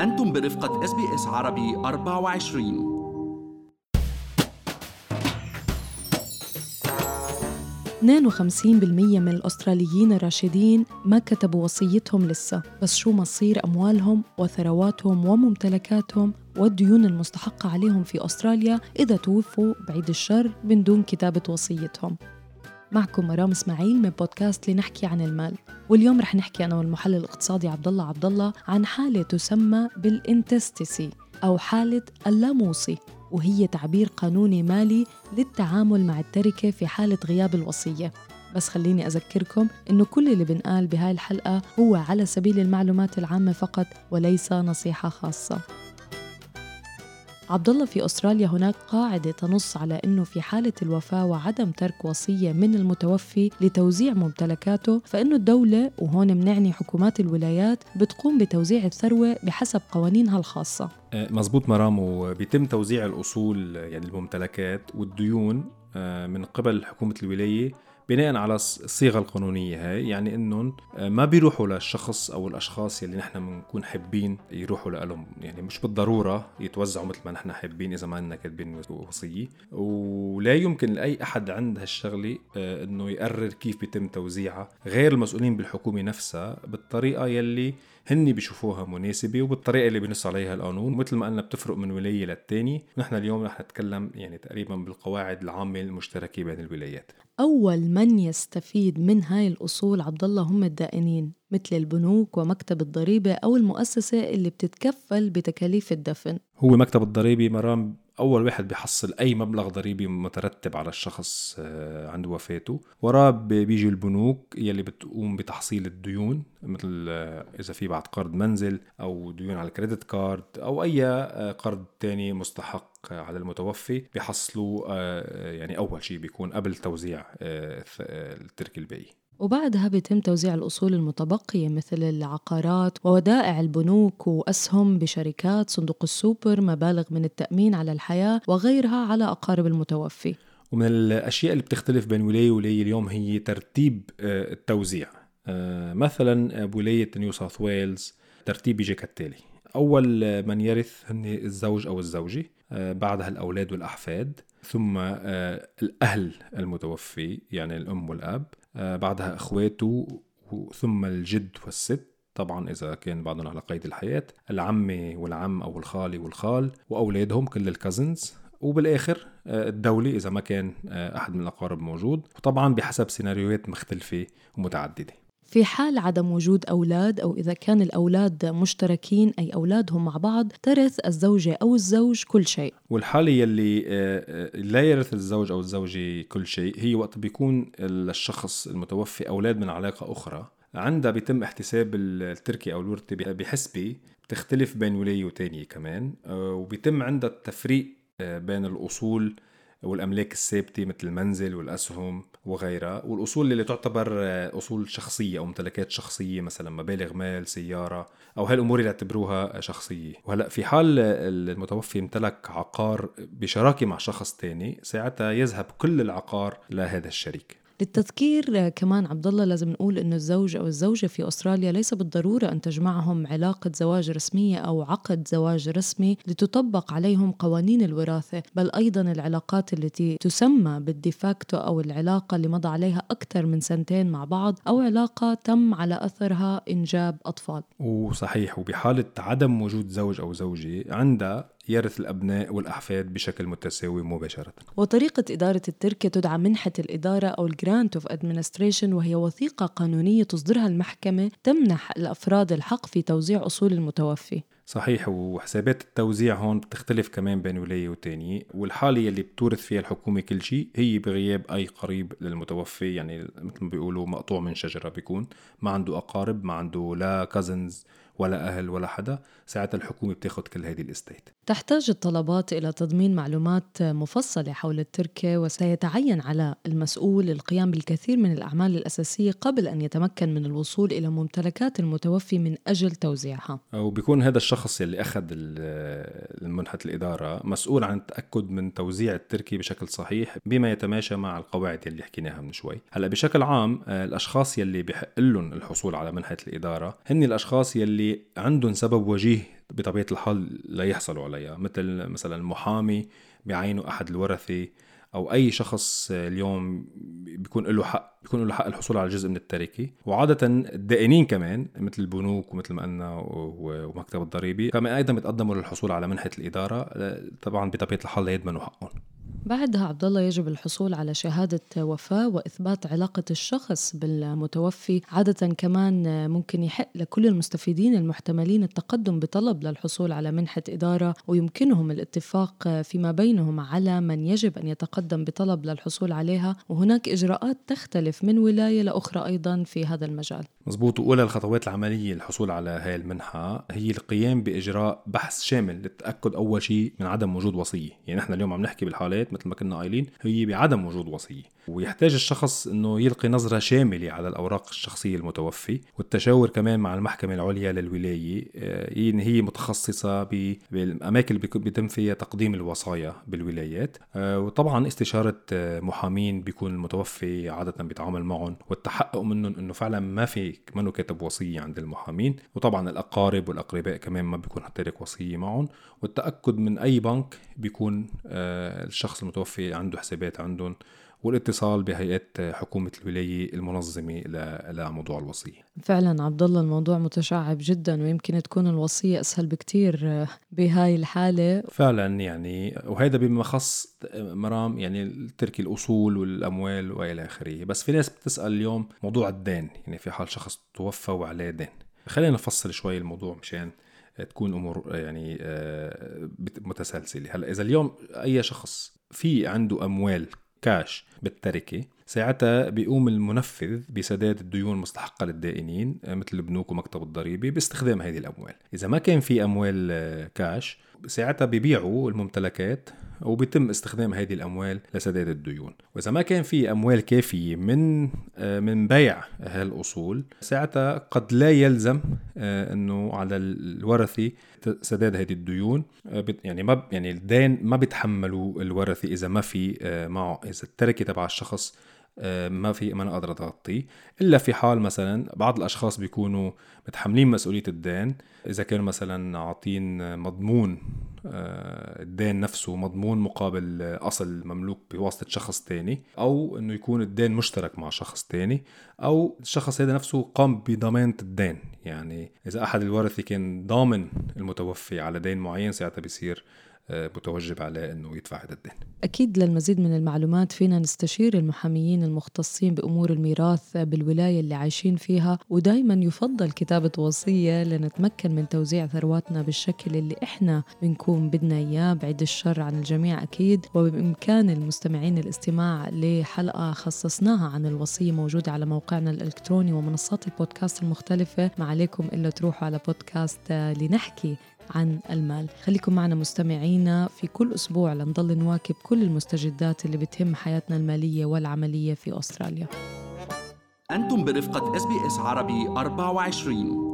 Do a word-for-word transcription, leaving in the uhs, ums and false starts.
أنتم برفقة إس بي إس عربي أربعة وعشرين. اثنين وخمسين بالمية من الأستراليين الراشدين ما كتبوا وصيتهم لسه، بس شو مصير أموالهم وثرواتهم وممتلكاتهم والديون المستحقة عليهم في أستراليا إذا توفوا بعيد الشر من دون كتابة وصيتهم؟ معكم مرام إسماعيل من بودكاست لنحكي عن المال، واليوم رح نحكي أنا والمحلل الاقتصادي عبدالله عبدالله عن حالة تسمى بالانتستسي أو حالة اللاموصي، وهي تعبير قانوني مالي للتعامل مع التركة في حالة غياب الوصية. بس خليني أذكركم إنه كل اللي بنقال بهاي الحلقة هو على سبيل المعلومات العامة فقط وليس نصيحة خاصة. عبدالله، في أستراليا هناك قاعدة تنص على أنه في حالة الوفاة وعدم ترك وصية من المتوفي لتوزيع ممتلكاته، فإنه الدولة، وهون منعني حكومات الولايات، بتقوم بتوزيع الثروة بحسب قوانينها الخاصة. مزبوط مرام، وبيتم توزيع الأصول يعني الممتلكات والديون من قبل حكومة الولاية بناء على الصيغة القانونية هاي، يعني إنهم ما بيروحوا للشخص أو الأشخاص اللي نحن بنكون حابين يروحوا لهم، يعني مش بالضرورة يتوزعوا مثل ما نحن حابين إذا ما عندنا كاتبين وصية، ولا يمكن لأي أحد عند هالشغلة إنه يقرر كيف بيتم توزيعها غير المسؤولين بالحكومة نفسها بالطريقة يلي هني بيشوفوها مناسبة وبالطريقة اللي بنص عليها القانون. مثل ما قلنا بتفرق من ولاية للتاني، نحن اليوم رح نتكلم يعني تقريبا بالقواعد العامة المشتركة بين الولايات. أول من يستفيد من هاي الأصول عبدالله هم الدائنين، مثل البنوك ومكتب الضريبة أو المؤسسة اللي بتتكفل بتكاليف الدفن. هو مكتب الضريبة مرام أول واحد بيحصل أي مبلغ ضريبي مترتب على الشخص عند وفاته، وراه بيجي البنوك يلي بتقوم بتحصيل الديون، مثل إذا في بعد قرض منزل أو ديون على الكريدت كارد أو أي قرض تاني مستحق على المتوفي بيحصلوا، يعني أول شيء بيكون قبل توزيع الترك الباقي. وبعدها بيتم توزيع الأصول المتبقية مثل العقارات وودائع البنوك وأسهم بشركات، صندوق السوبر، مبالغ من التأمين على الحياة وغيرها على أقارب المتوفي. ومن الأشياء اللي بتختلف بين ولاية ولاية اليوم هي ترتيب التوزيع. مثلا بولاية نيو ساوث ويلز ترتيب يجي كالتالي: أول من يرث هن الزوج أو الزوجة، بعدها الأولاد والأحفاد، ثم الأهل المتوفي يعني الأم والأب، بعدها أخواته، ثم الجد والست طبعا إذا كان بعضهم على قيد الحياة، العمة والعم أو الخالي والخال وأولادهم كل الكازنز، وبالآخر الدولة إذا ما كان أحد من الأقارب موجود، وطبعا بحسب سيناريوهات مختلفة ومتعددة. في حال عدم وجود أولاد أو إذا كان الأولاد مشتركين أي أولادهم مع بعض، ترث الزوجة أو الزوج كل شيء. والحالة يلي لا يرث الزوج أو الزوجة كل شيء هي وقت بيكون الشخص المتوفي أولاد من علاقة أخرى، عندها بيتم احتساب التركة أو الورثة بحسبة بتختلف بين ولاية وتانية كمان، وبيتم عندها التفريق بين الأصول والأملاك الثابتة مثل المنزل والأسهم وغيرها، والأصول اللي تعتبر أصول شخصية أو ممتلكات شخصية مثلا مبالغ مال، سيارة، أو هالأمور اللي اعتبروها شخصية. وهلأ في حال المتوفي امتلك عقار بشراكة مع شخص تاني، ساعتها يذهب كل العقار لهذا الشريك. للتذكير كمان عبدالله لازم نقول إنه الزوج أو الزوجة في أستراليا ليس بالضرورة أن تجمعهم علاقة زواج رسمية أو عقد زواج رسمي لتطبق عليهم قوانين الوراثة، بل أيضا العلاقات التي تسمى بالديفاكتو أو العلاقة اللي مضى عليها أكثر من سنتين مع بعض، أو علاقة تم على أثرها إنجاب أطفال. وصحيح، وبحالة عدم وجود زوج أو زوجة عندها يرث الأبناء والأحفاد بشكل متساوي مباشرة. وطريقة إدارة التركة تدعى منحة الإدارة أو الجرانت اوف ادمنستريشن، وهي وثيقة قانونية تصدرها المحكمة تمنح الأفراد الحق في توزيع أصول المتوفي. صحيح، وحسابات التوزيع هون بتختلف كمان بين ولاية وتانية، والحالة اللي بتورث فيها الحكومة كل شيء هي بغياب أي قريب للمتوفي، يعني مثل ما بيقولوا مقطوع من شجرة، بيكون ما عنده أقارب، ما عنده لا كازنز ولا أهل ولا حدا، ساعتها الحكومة بتاخد كل هذه الاستيت. تحتاج الطلبات إلى تضمين معلومات مفصلة حول التركة، وسيتعين على المسؤول القيام بالكثير من الأعمال الأساسية قبل أن يتمكن من الوصول إلى ممتلكات المتوفي من أجل توزيعها. وبيكون هذا الشخص اللي أخذ المنحة الإدارة مسؤول عن التأكد من توزيع التركي بشكل صحيح بما يتماشى مع القواعد اللي حكيناها من شوي. هلأ بشكل عام الأشخاص يلي بيحق لهم الحصول على منحة الإدارة هن الأشخاص يلي يلي عندهم سبب وجيه بطبيعة الحال لا يحصلوا عليها، مثل مثلا المحامي بيعينوا أحد الورثة، أو أي شخص اليوم بيكون له حق بيكون له حق الحصول على جزء من التركة. وعادة الدائنين كمان مثل البنوك ومثل ما قلنا ومكتب الضريبي كمان أيضا بيتقدموا للحصول على منحة الإدارة، طبعا بطبيعة الحال لا يضمنوا حقهم. بعدها عبد الله يجب الحصول على شهادة وفاة وإثبات علاقة الشخص بالمتوفي. عادة كمان ممكن يحق لكل المستفيدين المحتملين التقدم بطلب للحصول على منحة إدارة، ويمكنهم الاتفاق فيما بينهم على من يجب أن يتقدم بطلب للحصول عليها. وهناك إجراءات تختلف من ولاية لأخرى أيضا في هذا المجال. مزبوط. وأولى الخطوات العملية للحصول على هاي المنحة هي القيام بإجراء بحث شامل للتأكد أول شيء من عدم وجود وصية. يعني نحن اليوم عم نحكي بالحالات مثل ما كنا قايلين هي بعدم وجود وصية، ويحتاج الشخص أنه يلقي نظرة شاملة على الأوراق الشخصية المتوفي، والتشاور كمان مع المحكمة العليا للولاية هي متخصصة بالأماكن اللي بيتم فيها تقديم الوصايا بالولايات. وطبعا استشارة محامين بيكون المتوفي عادة بيتعامل معهم، والتحقق منهم أنه فعلا ما في منه كاتب وصية عند المحامين. وطبعا الأقارب والأقرباء كمان ما بيكون تارك وصية معهم. والتأكد من أي بنك بيكون الشخص المتوفي عنده حسابات عندهم، والاتصال بهيئات حكومة الولاية المنظمة لموضوع الوصية. فعلا عبد الله الموضوع متشعب جدا، ويمكن تكون الوصية أسهل بكتير بهاي الحالة فعلا. يعني وهذا بما خص مرام يعني ترك الأصول والأموال وإلى آخره. بس في ناس بتسأل اليوم موضوع الدين، يعني في حال شخص توفى وعليه دين. خلينا نفصل شوي الموضوع مشان تكون أمور يعني متسلسلة. هلا إذا اليوم أي شخص في عنده أموال كاش بالتركة، ساعتها بيقوم المنفذ بسداد الديون المستحقة للدائنين مثل البنوك ومكتب الضريبي باستخدام هذه الأموال. إذا ما كان في أموال كاش، ساعتها بيبيعوا الممتلكات وبيتم استخدام هذه الأموال لسداد الديون. وإذا ما كان في أموال كافية من من بيع هالأصول، ساعتها قد لا يلزم إنه على الورثة سداد هذه الديون. يعني ما يعني الدين ما بيتحملوا الورثة إذا ما في معه، إذا التركة تبع الشخص ما في ما نقدر تغطيه، إلا في حال مثلا بعض الأشخاص بيكونوا متحملين مسؤولية الدين. إذا كان مثلا عاطين مضمون الدين نفسه مضمون مقابل أصل مملوك بواسطة شخص تاني، أو إنه يكون الدين مشترك مع شخص تاني، أو الشخص هذا نفسه قام بضمانة الدين. يعني إذا أحد الورثة كان ضامن المتوفي على دين معين، ساعتها بيصير متوجب عليه أنه يدفع هذا الدين. أكيد للمزيد من المعلومات فينا نستشير المحاميين المختصين بأمور الميراث بالولاية اللي عايشين فيها، ودايما يفضل كتابة وصية لنتمكن من توزيع ثرواتنا بالشكل اللي إحنا بنكون بدنا إياه، بعيد الشر عن الجميع أكيد. وبإمكان المستمعين الاستماع لحلقة خصصناها عن الوصية موجودة على موقعنا الإلكتروني ومنصات البودكاست المختلفة. ما عليكم إلا تروحوا على بودكاست لنحكي عن المال. خليكم معنا مستمعينا في كل أسبوع لنضل نواكب كل المستجدات اللي بتهم حياتنا المالية والعملية في أستراليا. أنتم برفقة إس بي إس عربي أربعة وعشرين.